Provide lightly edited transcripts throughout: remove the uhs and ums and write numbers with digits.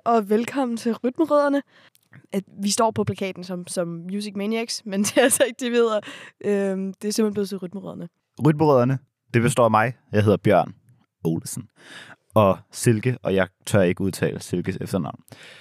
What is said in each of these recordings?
og velkommen til Rytmerødderne. Vi står på plakaten som Music Maniacs, men det er altså ikke det, vi hedder. Det er simpelthen blevet til Rytmerødderne. Rytmerødderne, det består af mig. Jeg hedder Bjørn Olesen. Og Silke, og jeg tør ikke udtale Silkes efternavn.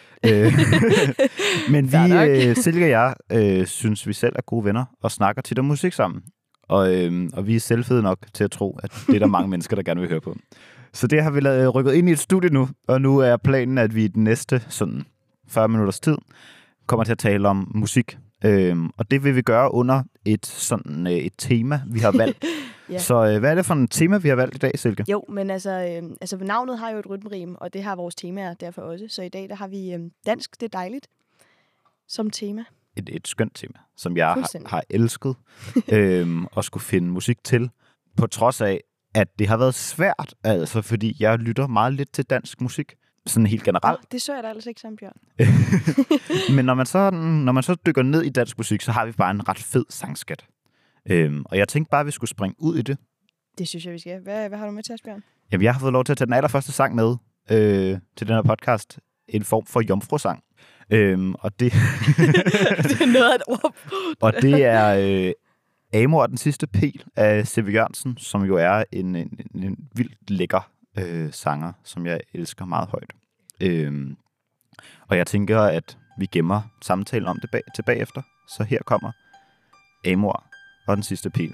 Men vi, Silke og jeg, synes vi selv er gode venner og snakker tit om musik sammen. Og vi er selvfede nok til at tro, at det er der mange mennesker, der gerne vil høre på. Så det har vi rykket ind i et studie nu, og nu er planen, at vi i den næste sådan 40 minutters tid kommer til at tale om musik. Og det vil vi gøre under et tema, vi har valgt. Ja. Så hvad er det for et tema, vi har valgt i dag, Silke? Jo, men altså navnet har jo et rytmerim, og det har vores temaer derfor også. Så i dag der har vi dansk, det er dejligt, som tema. Et skønt tema, som jeg har elsket og skulle finde musik til, på trods af, at det har været svært, altså fordi jeg lytter meget lidt til dansk musik, sådan helt generelt. Det så jeg da altså ikke sammen, Bjørn. Men når man så dykker ned i dansk musik, så har vi bare en ret fed sangskat. Og jeg tænkte bare, at vi skulle springe ud i det. Det synes jeg, vi skal. Hvad har du med til os, Bjørn? Jamen, jeg har fået lov til at tage den allerførste sang med til den her podcast. En form for jomfrusang. Og det... det er noget af et ord. Og det er Amor og den sidste pil af C.V. Jørgensen, som jo er en vildt lækker sanger, som jeg elsker meget højt. Og jeg tænker, at vi gemmer samtalen om det tilbage efter. Så her kommer Amor og den sidste pil.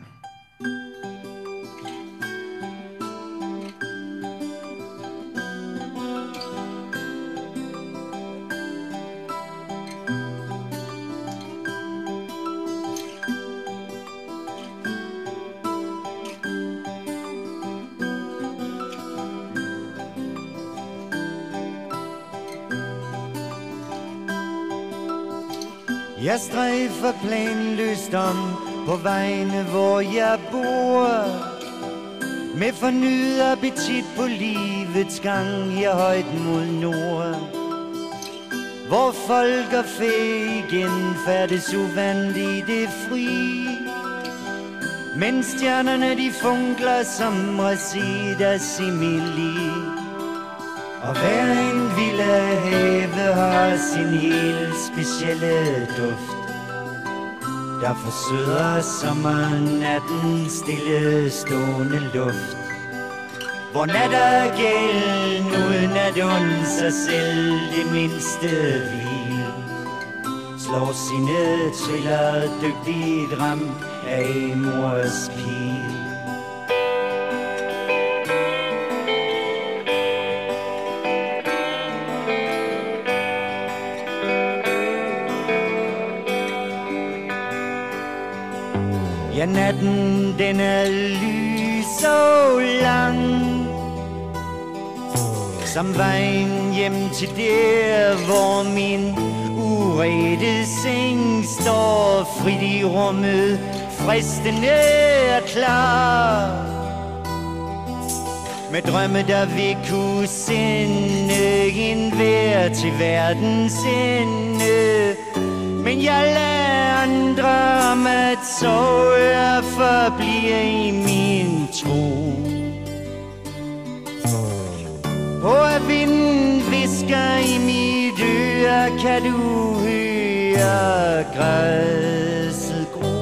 Jeg strejfer planløst om på vejene, hvor jeg bor, med fornyet appetit på livets gang her højt mod nord, hvor folk og fæ igen færdes uvandt i det fri, mens stjernerne de funkler som reciter simili. Og hver en lille have har sin helt specielle duft, der forsøder sommernattens stille stående luft. Hvor nattergælden uden at undre sig selv det mindste hvil, slår sine triller dygtigt ramt af mors pil. Ja, natten den er lys og lang, som vejen hjem til der, hvor min urede seng står frit i rummet, fristende og klar, med drømme, der vil kunne sende enhver til verdens ende. Men jeg lader andre om at sove og forblive i min tro på at vinden visker i mit øre, kan du høre græsset gro.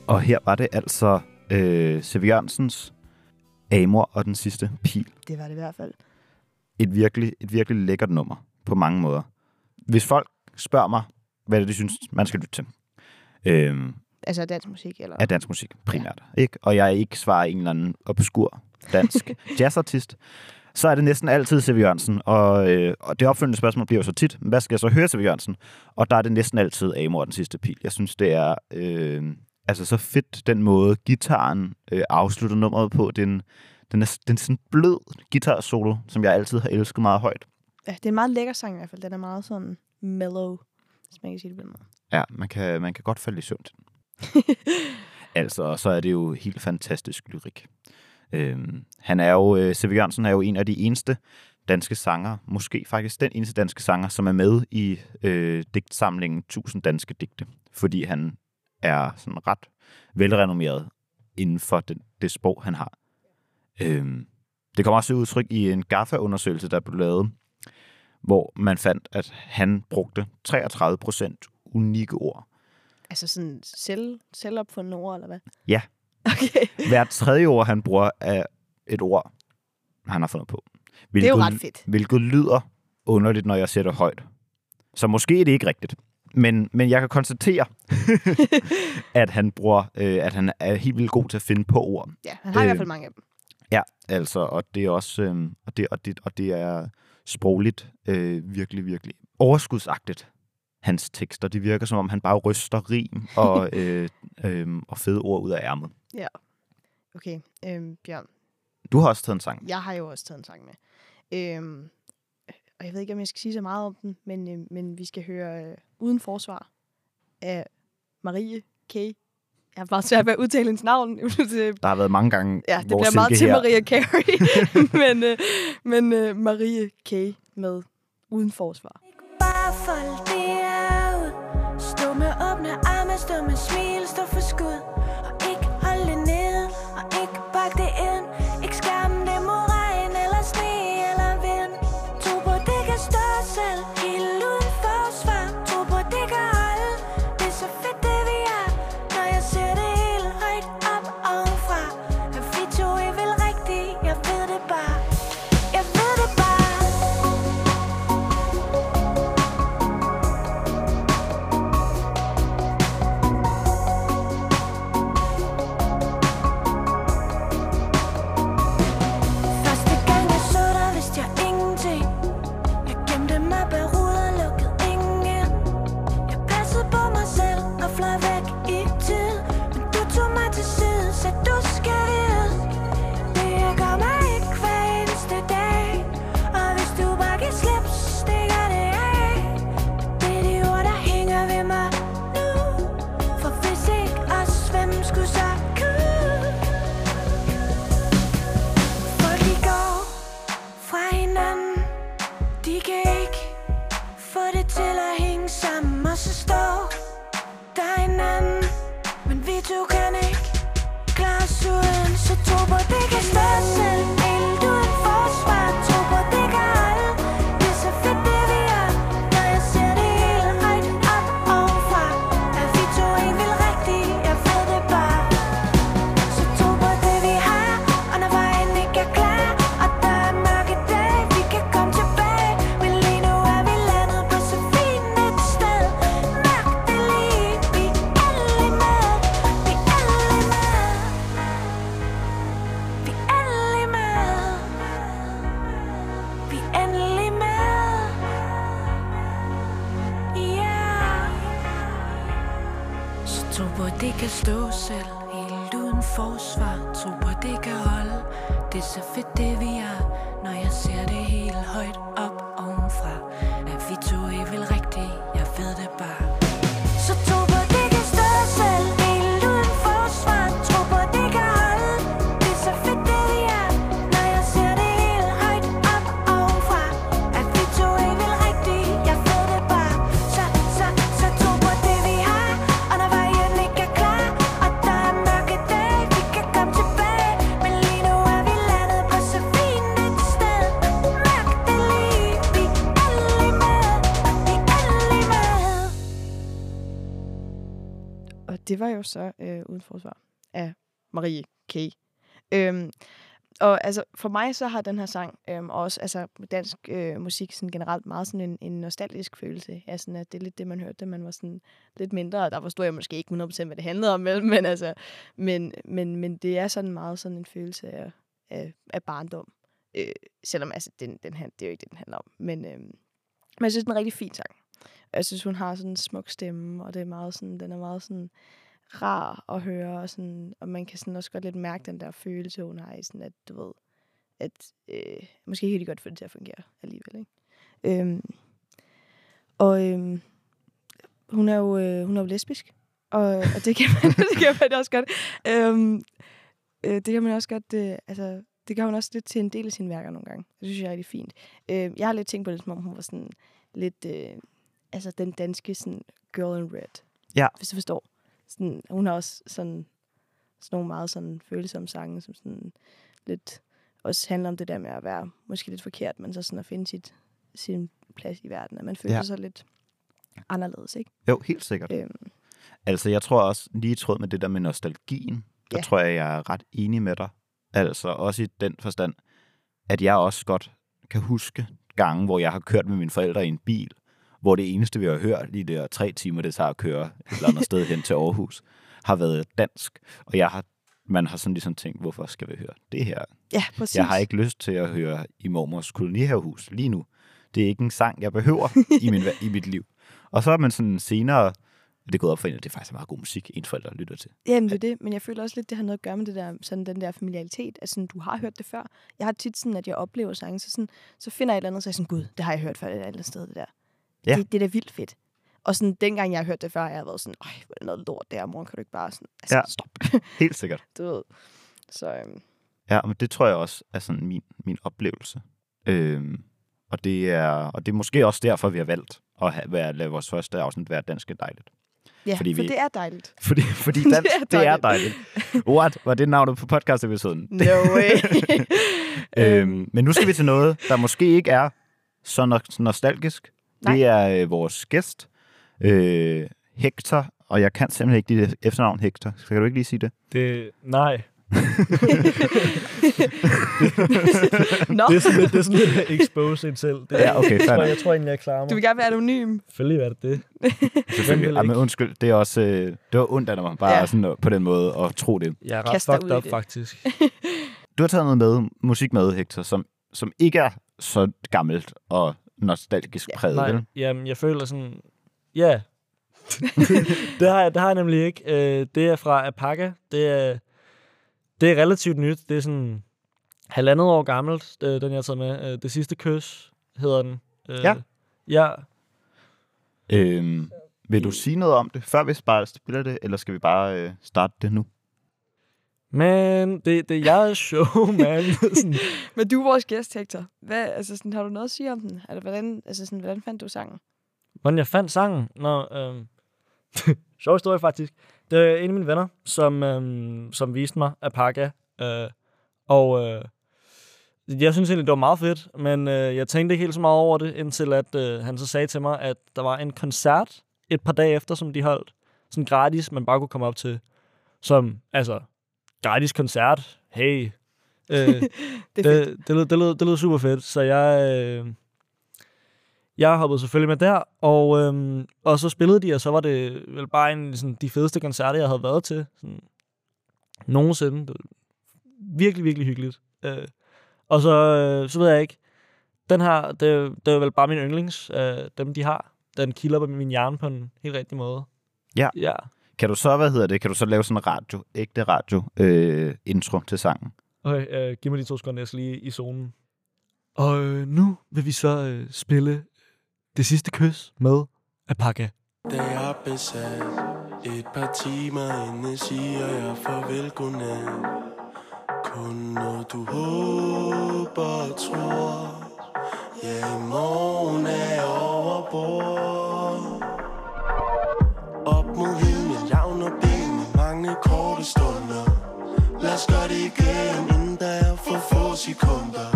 Og her var det altså C.V. Jørgensens Amor og den sidste pil. Det var det i hvert fald. Et virkelig lækkert nummer på mange måder. Hvis folk spørger mig, hvad det de synes, man skal lytte til. Altså dansk musik, eller? Af dansk musik, primært. Ja. Ikke? Og jeg ikke svarer en eller anden obskur dansk jazzartist, så er det næsten altid C.V. Jørgensen. Og det opfølgende spørgsmål bliver jo så tit, hvad skal jeg så høre C.V. Jørgensen? Og der er det næsten altid Amor den sidste pil. Jeg synes, det er så fedt, den måde gitaren afslutter nummeret på. Den er sådan blød guitar-solo, som jeg altid har elsket meget højt. Ja, det er en meget lækker sang i hvert fald. Den er meget sådan mellow, hvis man kan sige det på den måde. Ja, man kan godt falde i søvn til den. Altså, så er det jo helt fantastisk lyrik. Han er jo, C.V. Jørgensen er jo en af de eneste danske sanger, måske faktisk den eneste danske sanger, som er med i digtsamlingen 1000 danske digte, fordi han er sådan ret velrenommeret inden for det sprog, han har. Det kommer også til udtryk i en GAFFA-undersøgelse, der blev lavet, hvor man fandt, at han brugte 33% unikke ord. Altså sådan selvopfundne ord, eller hvad? Ja. Okay. Hvert tredje ord, han bruger, er et ord, han har fundet på. Det er jo ret fedt. Hvilket lyder underligt, når jeg sætter højt. Så måske er det ikke rigtigt. Men jeg kan konstatere, at han er helt vildt god til at finde på ord. Ja, han har i hvert fald mange af dem. Ja, altså, og det er også og det er sprogligt virkelig overskudsagtigt. Hans tekster, det virker som om han bare ryster rim og fede ord ud af ærmet. Ja. Okay, Bjørn. Du har også taget en sang. Jeg har jo også taget en sang med. Og jeg ved ikke, om jeg skal sige så meget om den, men vi skal høre Uden Forsvar af Marie K. Jeg har bare svært ved at udtale hendes navn. Der har været mange gange, ja, det bliver meget til Maria Carey. men Marie K. med Uden Forsvar. Bare fold det ud. Stå med åbne arme, stå med smil, stå for skud. Og ikke holde det ned, og ikke bakke det ind. Ikke skærme det mod regn, eller sne, eller vind. Tro på, det kan stå selv, helt uden forsvar. Tro på, det kan holde, det er så fedt det vi er. Når jeg ser det helt højt op ovenfra. At vi to er vel rigtigt, jeg ved det bare. Jeg ved det bare. Og det var jo så Uden Forsvar af Marie K. Og altså, for mig så har den her sang også, altså dansk musik sådan generelt meget sådan en nostalgisk følelse. Ja, sådan at det er lidt det, man hørte, da man var sådan lidt mindre, og der forstod jeg måske ikke 100% hvad det handlede om, men altså, men det er sådan meget sådan en følelse af barndom. Selvom altså, det er jo ikke det, den handler om. Men jeg synes, det er en rigtig fin sang. Jeg synes, hun har sådan en smuk stemme, og det er meget sådan, den er meget sådan rar at høre, og man kan sådan også godt lidt mærke den der følelse, hun har i sådan, at du ved, at måske kan de godt få det til at fungere alligevel, ikke? Hun er jo lesbisk, og det kan man også godt. Det kan man også godt, altså, det gør hun også lidt til en del af sine værker nogle gange. Det synes jeg er rigtig fint. Jeg har lidt tænkt på det, som om hun var sådan lidt, altså den danske sådan girl in red. Ja. Hvis du forstår. Sådan, hun har også sådan nogle meget sådan følsomme sange, som sådan lidt også handler om det der med at være måske lidt forkert, men så sådan at finde sin plads i verden. At man føler sig lidt anderledes, ikke? Jo, helt sikkert. Altså, jeg tror også, lige i tråd med det der med nostalgien, der tror jeg er ret enig med dig. Altså, også i den forstand, at jeg også godt kan huske gange, hvor jeg har kørt med mine forældre i en bil, hvor det eneste, vi har hørt i de 3 timer, det tager at køre et eller andet sted hen til Aarhus, har været dansk. Og man har sådan ligesom tænkt, hvorfor skal vi høre det her? Ja, præcis. Jeg har ikke lyst til at høre i mormors kolonihavehus lige nu. Det er ikke en sang, jeg behøver i mit liv. Og så er man sådan senere, det er gået op for en, at det er faktisk meget god musik, ens forældre lytter til. Jamen det er det, men jeg føler også lidt, det har noget at gøre med det der, sådan den der familiaritet. Altså du har hørt det før. Jeg har tit sådan, at jeg oplever sange, så finder jeg et eller andet, så er jeg sådan, gud, det har jeg hørt før et andet sted, det der. Ja. Det er da vildt fedt. Og sådan, dengang jeg har hørt det før, jeg har været sådan, hvor er det noget lort der, mor, kan du ikke bare sådan, altså, stop. Helt sikkert. Du ved. Så, Ja, men det tror jeg også er sådan min oplevelse. Og det er måske også derfor, vi har valgt at lade vores første afsnit være Dansk er dejligt. Ja, for det er dejligt. Fordi dansk, det er dejligt. What? Var det navnet på podcast-episoden? No way. Men nu skal vi til noget, der måske ikke er så nostalgisk. Nej. Det er vores gæst, Hector, og jeg kan simpelthen ikke dit efternavn, Hector. Så kan du ikke lige sige det? Nej. Det er sådan lidt at expose en selv. Ja, okay, jeg tror egentlig, jeg klarer mig. Du vil gerne være anonym. Selvfølgelig er det. Selvfølgelig. Ja, men undskyld, det er også det var ondt af mig, bare sådan på den måde at tro det. Jeg er ret fucked up, faktisk. Du har taget noget musik med, Hector, som ikke er så gammelt og nostalgisk præget, Nej, vel? jamen, jeg føler sådan... Ja. det har jeg nemlig ikke. Det er fra Alpaca. Det er relativt nyt. Det er sådan 1,5 år gammelt, den jeg har taget med. Det sidste kys hedder den. Ja. Vil du sige noget om det, før vi bare spiller det, eller skal vi bare starte det nu? Men det er jeg show, man. Men du er vores gæst, Hector. Har du noget at sige om den? Eller hvordan fandt du sangen? Hvordan jeg fandt sangen? Sjov historie, faktisk. Det er en af mine venner, som viste mig Alpaca. Jeg synes egentlig, det var meget fedt, men jeg tænkte ikke helt så meget over det, indtil at han så sagde til mig, at der var en koncert et par dage efter, som de holdt. Sådan gratis, man bare kunne komme op til. Som, altså, gratis koncert. Hey. Det lød super fedt, så jeg hoppede selvfølgelig med der, og så spillede de, og så var det vel bare de fedeste koncerter, jeg havde været til. Sådan, nogensinde. Det var virkelig, virkelig hyggeligt. Og så ved jeg ikke, den her, det er vel bare min yndlings, dem de har. Den kilder på min hjerne på en helt rigtig måde. Ja. Kan du så, kan du så lave sådan en ægte radio intro til sangen? Okay, giv mig de 2 sekunder, jeg skal lige i zonen. Og nu vil vi så spille Det sidste kys med Alpaca. Da jeg er besat, et par timer inde, siger jeg farvel, godnat. Kun når du håber og tror, ja, i morgen er jeg over bord. Op mod himlen, javner benene, mange korte stunder. Lad os gøre det igen, inden der er for få sekunder.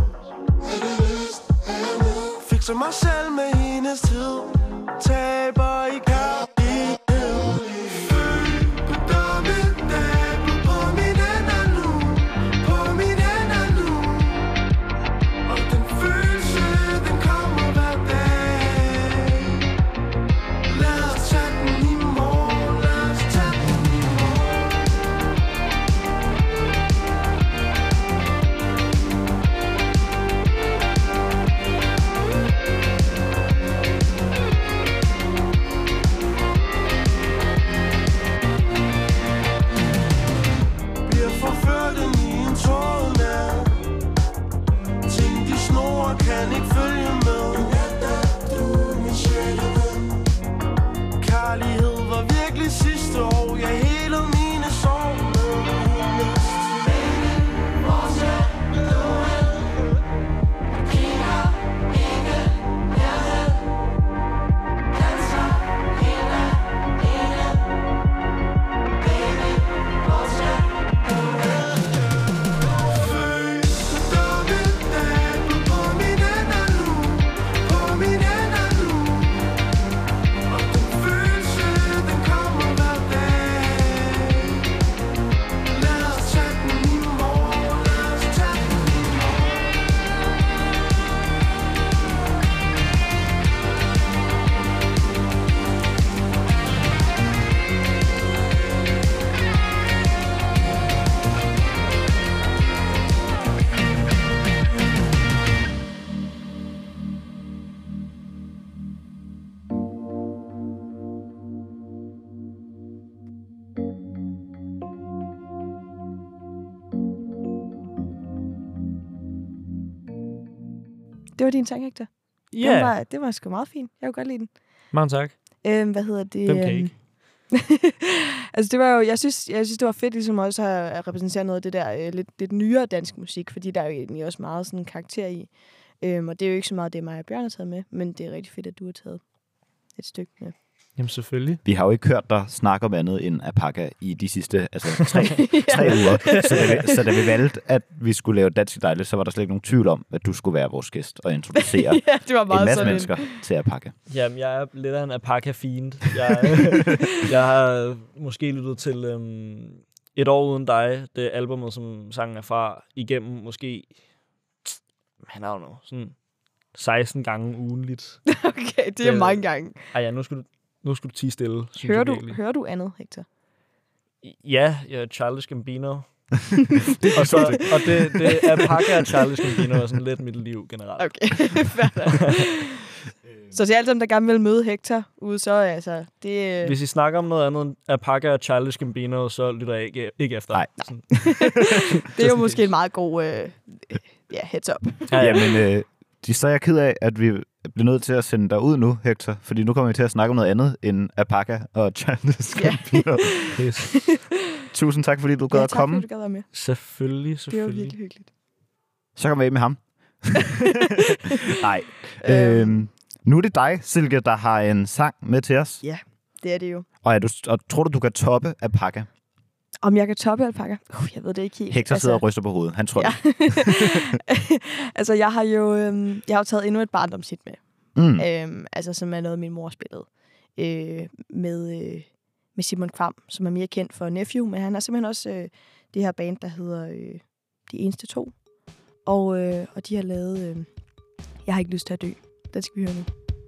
Fikser mig selv med hendes tid, taber i kærlighed. Det var din sang, Hector. Ja, Det var sgu meget fint. Jeg kunne godt lide den. mange tak. Hvad hedder det? Hvem kan ikke? Altså, det var jo, jeg synes, det var fedt ligesom også at repræsentere noget af det der lidt nyere dansk musik, fordi der er jo egentlig også meget sådan en karakter i. Og det er jo ikke så meget det, mig og Bjørn har taget med, men det er rigtig fedt, at du har taget et stykke med. Jamen selvfølgelig. Vi har jo ikke hørt dig snakke om andet end Alpaca i de sidste 3 uger. Så da vi valgte, at vi skulle lave Dansk Dejligt, så var der slet ikke nogen tvivl om, at du skulle være vores gæst og introducere Ja, det var meget en masse sådan mennesker til Alpaca. Jamen, jeg er lidt af en Alpaca-fiend. Jeg har måske lyttet til Et år uden dig, det albumet, som sangen er fra, igennem måske, man har jo noget, sådan 16 gange ugenligt. Okay, det er mange gange. Ej ja, nu skulle du tie stille. Hører du andet, Hector? Ja, Childish Gambino. og det Alpaca og Childish Gambino er sådan lidt mit liv generelt. Okay, så til alle dem, der gerne vil møde Hector ude, så altså det... Hvis I snakker om noget andet end Alpaca og Childish Gambino, så lytter jeg ikke efter. Nej. Det er jo måske en meget god heads up. Jamen, så er jeg ked af, at vi bliver nødt til at sende dig ud nu, Hector, fordi nu kommer vi til at snakke om noget andet end Alpaca og Childish Gambino. Yes. Tusind tak, fordi du gad at komme. Tak, fordi du gad være med. Selvfølgelig. Det var virkelig hyggeligt. Så kommer vi af med ham. Nej. Nu er det dig, Silke, der har en sang med til os. Ja, det er det jo. Og tror du kan toppe Alpaca? Om jeg kan toppe Alpaca? Jeg ved det ikke helt. Hector sidder og ryster på hovedet. Han tror det. Altså, jeg har jo taget endnu et barndomshit med. Altså, som er noget, min mor spillede. Med Simon Kvam, som er mere kendt for Nephew, men han er simpelthen også det her band, der hedder De Eneste To. Og de har lavet Jeg har ikke lyst til at dø. Den skal vi høre nu.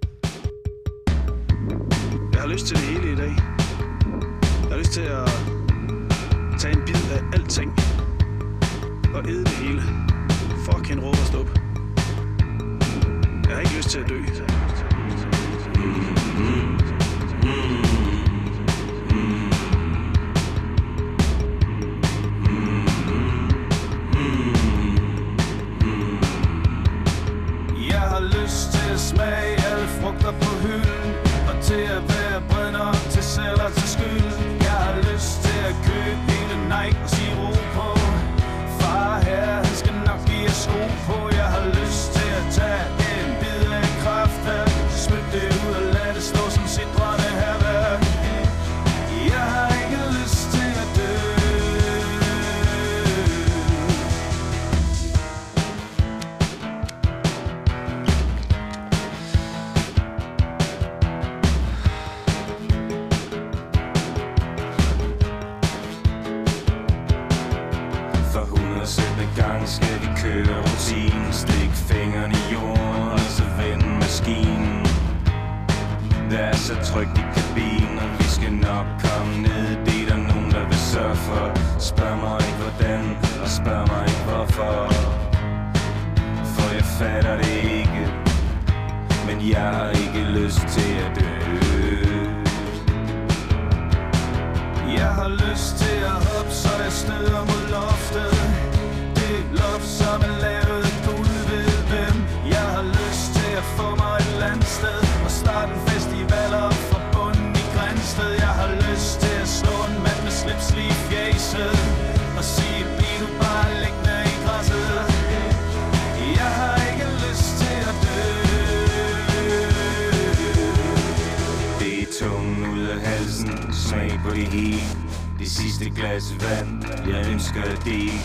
Jeg har lyst til det hele i dag. Jeg har lyst til at tage en bid af alting og æde det hele. Fucking råb og stop. Jeg har ikke lyst til at dø. Jeg har lyst til at smage alle frugter på hylden, og til at være bred nok til selv og til skyld. Jeg har lyst til at købe hele Nike og sige ro på. Far her, han skal nok give jer sko på. Jeg har lyst til at tage en bid af kraftværk, smyk det ud og lad det stå som sidrende herværk. Jeg har ikke lyst til at dø. Gang skal vi køre rutinen, stik fingrene i jorden og så vende maskinen. Det er så trygt i kabinen, og vi skal nok komme ned. Det er der nogen, der vil sørge for. Spørg mig ikke hvordan, og spørg mig ikke hvorfor. For jeg fatter det ikke, men jeg har ikke lyst til at dø. Jeg har lyst til at hoppe, så jeg støder mod loftet. Loft, som er lavet af Gud ved hvem. Jeg har lyst til at få mig et landsted og starte en festival op fra bunden i Grænsted. Jeg har lyst til at slå en mand med slips lige i fjæset og sige, bliv du bare liggende i græsset. Jeg har ikke lyst til at dø. Det er tungen ud af halsen, smag på det hele. Det sidste glas vand, jeg ønsker at dele.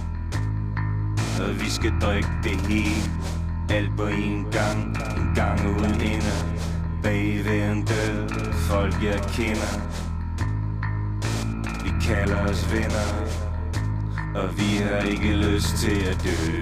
Og vi skal drikke det hele, alt på en gang uden ende. Bag ved en død, folk jeg kender. Vi kalder os venner, og vi har ikke lyst til at dø.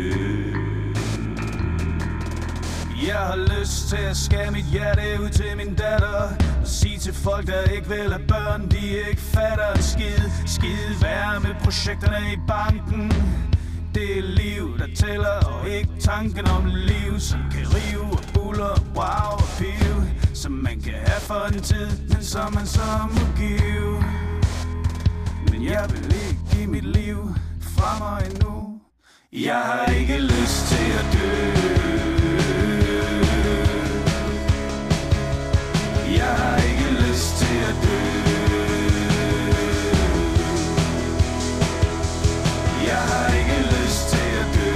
Jeg har lyst til at skære mit hjerte ud til min datter og sige til folk, der ikke vil have børn, de ikke fatter en skide værre med projekterne i banken. Det er liv, der tæller, og ikke tanken om liv, som kan rive og buller, wow og pive, som man kan have for en tid, men som man så må give. Men jeg vil ikke give mit liv fra mig endnu. Jeg har ikke lyst til at dø. Jeg har ikke lyst til at dø. Jeg har ikke lyst til at dø.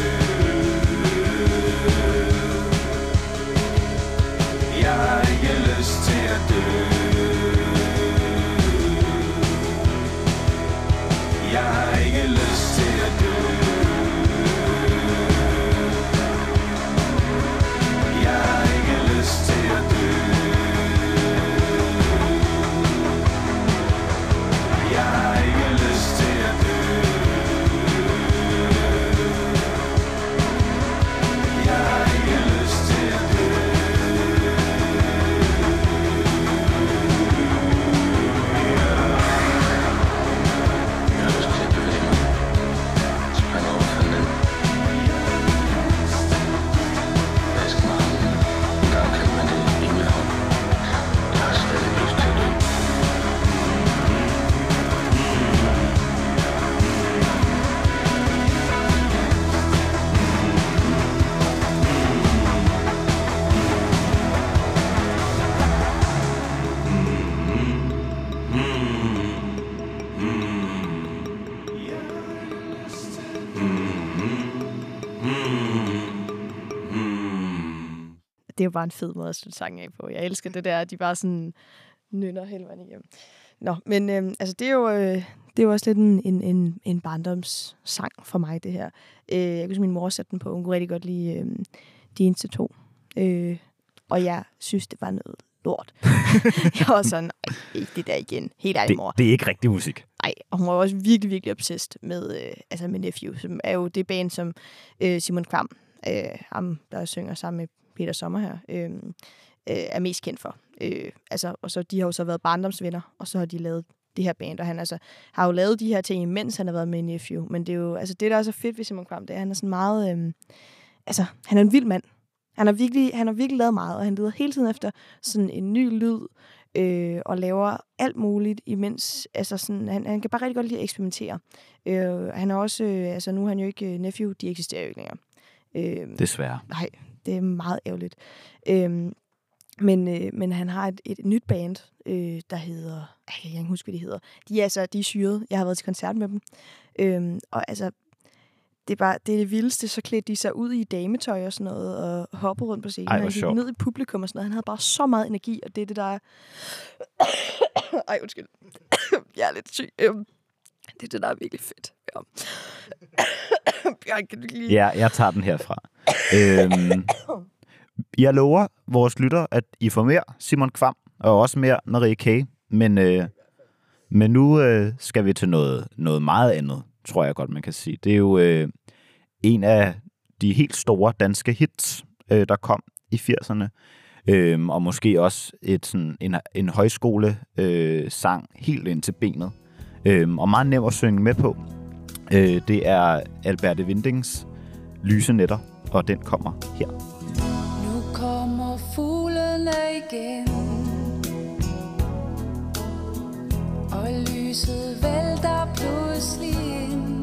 Jeg har ikke lyst til at dø. Jeg har ikke lyst til at dø. Jeg har ikke lyst til at dø. Jeg har ikke lyst til at dø. Jeg har ikke lyst til at dø. Det er jo bare en fed måde at slutte sangen af på. Jeg elsker det der, at de bare sådan nynner hele vejen igennem. Nå, men altså det er jo også lidt en barndomssang for mig, det her. Jeg kan huske, min mor satte den på. Hun kunne rigtig godt lide de eneste to. Og jeg synes, det var noget lort. Jeg var sådan, ikke det der igen. Helt ærlig, mor. Det er ikke rigtig musik. Nej, og hun var også virkelig, virkelig obsessed med Nephew, som er jo det band, som Simon Kvam, ham, der synger sammen med Peter Sommer her, er mest kendt for. Og så de har jo så været barndomsvenner, og så har de lavet det her band, og han har jo lavet de her ting, mens han har været med i Nephew. Men det er jo, det der er så fedt ved Simon Kvam, det er, han er sådan meget, han er en vild mand. Han har virkelig lavet meget, og han leder hele tiden efter sådan en ny lyd, og laver alt muligt imens, han kan bare rigtig godt lide at eksperimentere. Han er også, nu er han jo ikke Nephew, de eksisterer jo ikke længere. Desværre. Nej, det er meget ærgerligt. Men han har et nyt band, der hedder, jeg kan ikke huske, hvad de hedder. De er syret. Jeg har været til koncert med dem. Det er det vildeste, så klædte de sig ud i dametøj og sådan noget, og hoppede rundt på scenen. Han gik ned i publikum og sådan noget. Han havde bare så meget energi, og det er det, der er... Ej, undskyld. Jeg er lidt syg. Det er det, der er virkelig fedt. Ja. Bjørn, kan du lige... Ja, jeg tager den herfra. Jeg lover vores lytter, at I får mere Simon Kvam, og også mere Marie K. Men nu skal vi til noget meget andet, tror jeg godt, man kan sige. Det er jo en af de helt store danske hits, der kom i 80'erne. Og måske også en højskole-sang helt ind til benet. Og meget nem at synge med på. Det er Alberte Windings Lyse Nætter, og den kommer her. Nu kommer fuglene igen, og lyset vælter pludselig ind.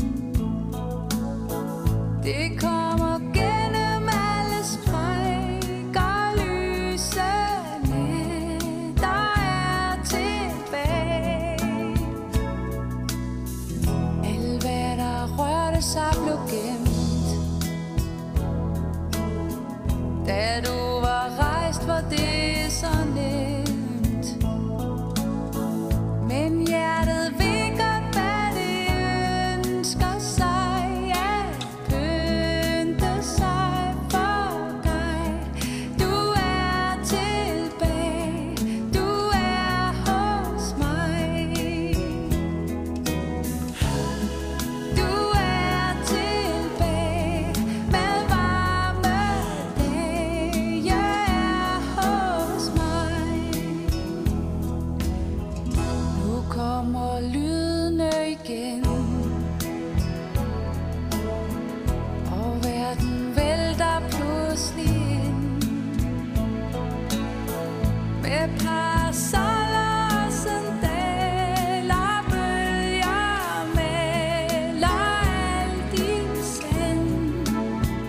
Det kommer gennem alle sprækker, lysene, der er tilbage. Alt hvad der rørte sig blev gemt, da du var rejst, var det så nemt. Men hjertet ved godt, hvad det ønsker sig, at pynte sig for dig. Du er tilbage, du er hos mig. Du er tilbage med varme dage, jeg er hos mig. Nu kommer lydene igen, og verden vælter pludselig ind. Med parasoller og sandaler, bølger maler al din sand.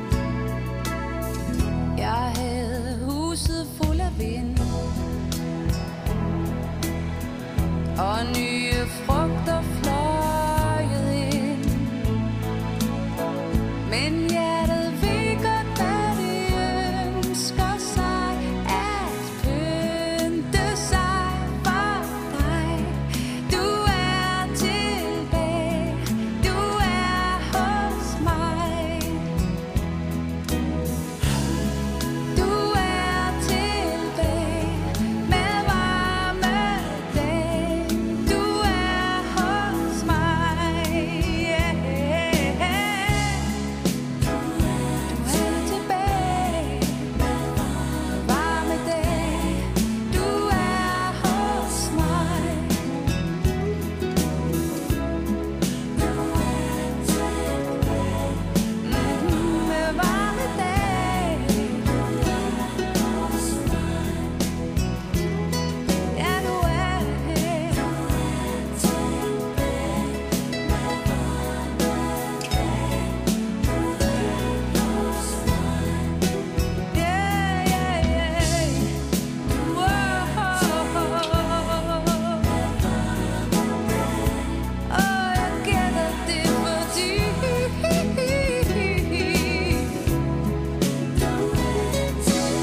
Jeg havde huset fuld af vind, og nye frugter fløjet ind. Men hjertet ved godt, hvad det ønsker sig, at pynte sig for dig. Du er tilbage, du er hos mig. Du er tilbage med varme dage. Du er hos mig. Du er tilbage med varme dage. Du er hos mig. Med varme dage. Ja, du er her. Yeah, yeah, yeah. Åh, jeg gætter det, fordi du er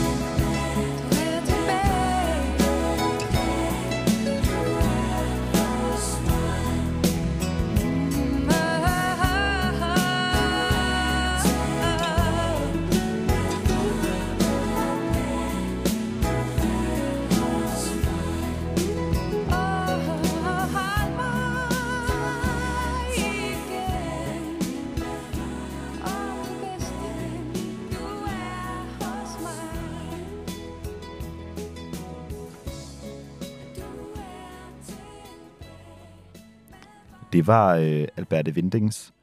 Det var Alberte Windings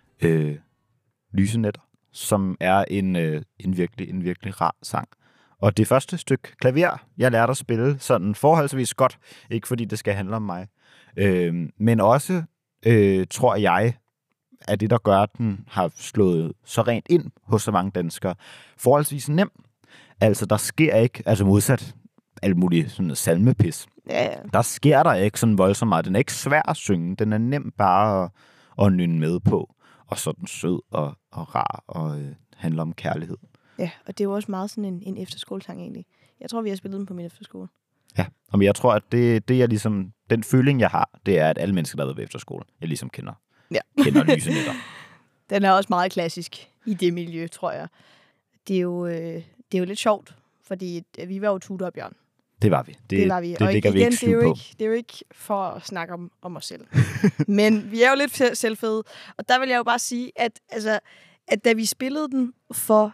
Lyse Nætter, som er en virkelig rar sang. Og det første stykke klaver, jeg lærte at spille sådan forholdsvis godt, ikke fordi det skal handle om mig, men også, tror jeg, at det, der gør, at den har slået så rent ind hos så mange danskere, forholdsvis nem. Altså, der sker ikke, altså modsat alt muligt sådan noget salmepis, Ja. der sker der ikke sådan voldsomt meget. Den er ikke svær at synge. Den er nem bare at nynne med på. Og så er den sød og rar og handler om kærlighed. Ja, og det er jo også meget sådan en efterskolesang egentlig. Jeg tror, vi har spillet den på min efterskole. Ja, og jeg tror, at det er ligesom, den føling, jeg har, det er, at alle mennesker, der har været ved efterskole, jeg ligesom kender Lyse Nætter. Den er også meget klassisk i det miljø, tror jeg. Det er jo lidt sjovt, fordi vi var jo Tutor og Bjørn. Det var vi. Det var vi. Det og ligger igen, vi ikke skjult på. det er jo ikke for at snakke om os selv. Men vi er jo lidt selvfede. Og der vil jeg jo bare sige, at da vi spillede den for,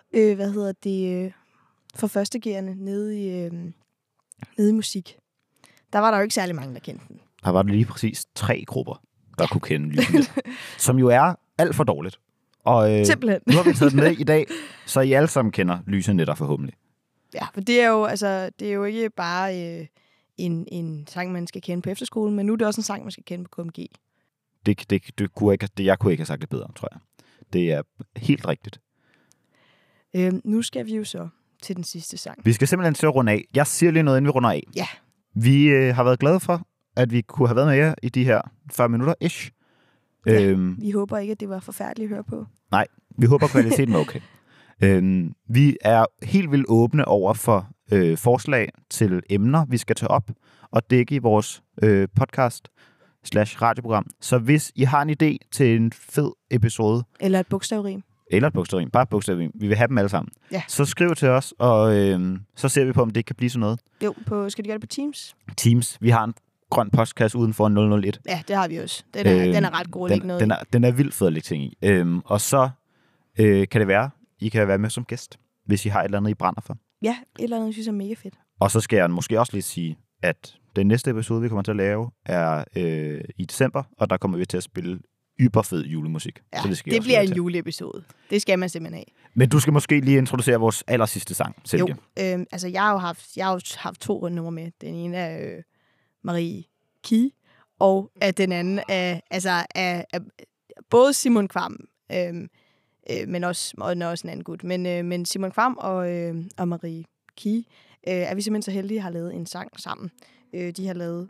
for førstegærende nede i musik, der var der jo ikke særlig mange, der kendte den. Der var lige præcis 3 grupper, der kunne kende Lyse Nætter. Som jo er alt for dårligt. Og Simpelthen. nu har vi taget den med i dag, så I alle sammen kender Lyse Nætter forhåbentlig. Ja, for det er jo ikke bare en sang, man skal kende på efterskolen, men nu er det også en sang, man skal kende på KMG. Jeg kunne ikke have sagt det bedre, tror jeg. Det er helt rigtigt. Nu skal vi jo så til den sidste sang. Vi skal simpelthen til at runde af. Jeg siger lige noget, inden vi runder af. Ja. Vi har været glade for, at vi kunne have været med jer i de her 40 minutter-ish. Ja, vi håber ikke, at det var forfærdeligt at høre på. Nej, vi håber, kvaliteten var okay. Vi er helt vildt åbne over for forslag til emner, vi skal tage op og dække i vores podcast/radioprogram. Så hvis I har en idé til en fed episode, Eller et bogstavrim. bare et bogstavrim, vi vil have dem alle sammen, Ja. så skriv til os, og så ser vi på, om det kan blive sådan noget. Jo, skal de gøre det på Teams? Teams, vi har en grøn postkasse uden for 001. Ja, det har vi også. Den er ret god at lægge noget i. Den er vildt fed at lægge ting i. Og så kan det være, I kan være med som gæst, hvis I har et eller andet, I brænder for. Ja, et eller andet, jeg synes er mega fedt. Og så skal jeg måske også lige sige, at den næste episode, vi kommer til at lave, er i december, og der kommer vi til at spille yberfed julemusik. Ja, så det bliver en juleepisode. Det skal man simpelthen have. Men du skal måske lige introducere vores allersidste sang, Silke. Jo, jeg har jo haft 2 rundnumre med. Den ene er Marie Kie, og at den anden er både Simon Kvam, men også en anden gut. Men Simon Kvam og Marie Kie er vi simpelthen så heldige, at har lavet en sang sammen. De har lavet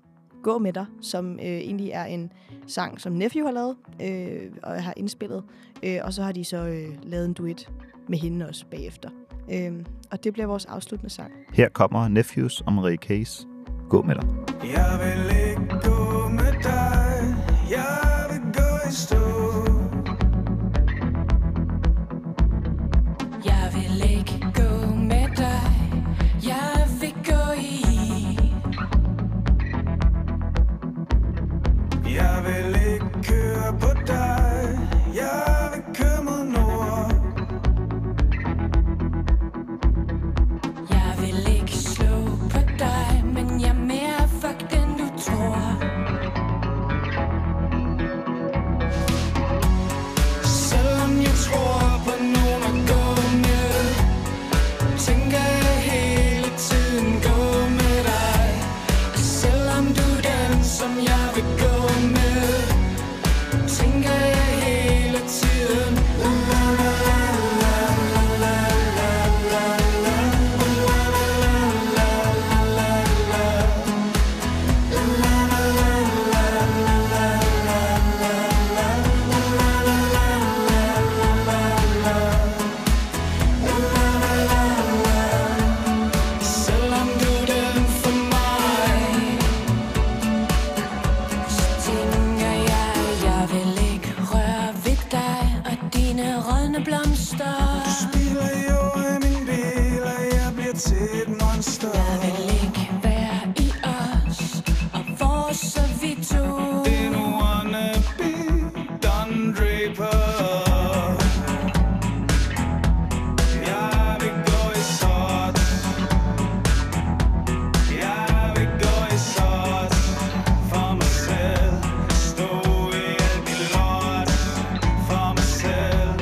Gå Med Dig, som egentlig er en sang, som Nephew har lavet og har indspillet. Og så har de så lavet en duet med hende også bagefter. Og det bliver vores afsluttende sang. Her kommer Nephews og Marie Case. Gå med dig. Jeg vil ikke gå med dig. Jeg vil gå i stå. Jeg vil ikke gå med dig. Jeg vil gå i. Jeg vil ikke køre på dig. Jeg vil køre mod nord. Jeg vil ikke slå på dig, men jeg er mere fucked end du tror. Selvom jeg tror på nogen at gå med, tænker jeg hele tiden gå med dig. Og selvom du er den, som jeg vil gå med, tænker jeg hele tiden la la la la la la la la selvom du er den for mig, Så tænker jeg vil ikke røre ved dig og dine rådne blomster. spiller jo af min bil, og jeg bliver til et monster. Jeg vil ikke være i os og vores, så vi to. En wannabe Don Draper. Jeg vil gå i sort. Jeg vil gå i sort for mig selv. Stå i alt mit lort for mig selv.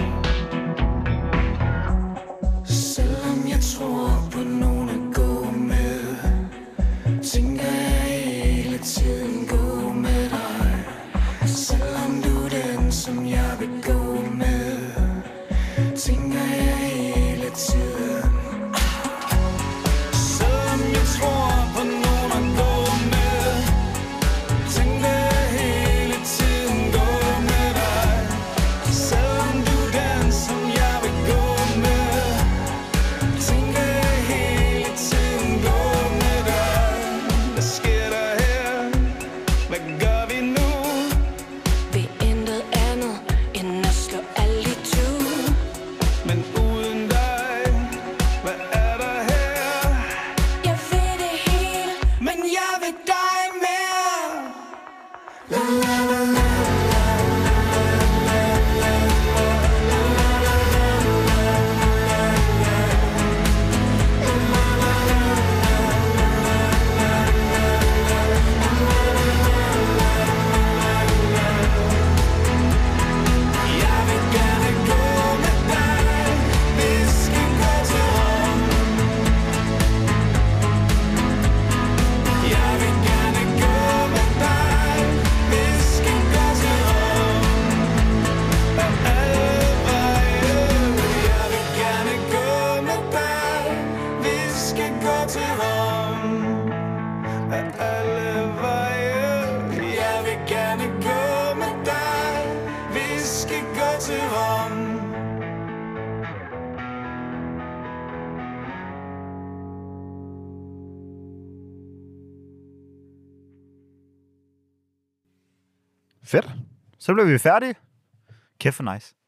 Selvom jeg tror på nogen at gå med, tænker jeg hele tiden gå med dig. Selvom du er den, som jeg vil gå med, tænker jeg hele tiden. Selvom jeg tror på nogen at gå med, tænker jeg hele tiden gå med dig. Selvom du er den, som jeg vil gå med, tænker jeg hele tiden gå med dig. Hvad sker der her? Hvad gør vi nu? Vi er intet andet end at slå alle i tu. Men uden dig, hvad er der her? Jeg vil det hele, Men jeg vil dig mere. Jeg vil gerne gå med dig. Vi skal gå til Rom. Jeg vil gerne gå med dig. Vi skal gå til Rom. Af alle veje. Jeg vil gerne gå med dig. Vi skal gå til Rom. Af alle veje. Jeg vil gerne gå med dig. Vi skal gå til Rom. Fedt. Så blev vi færdige. Kæft for nice.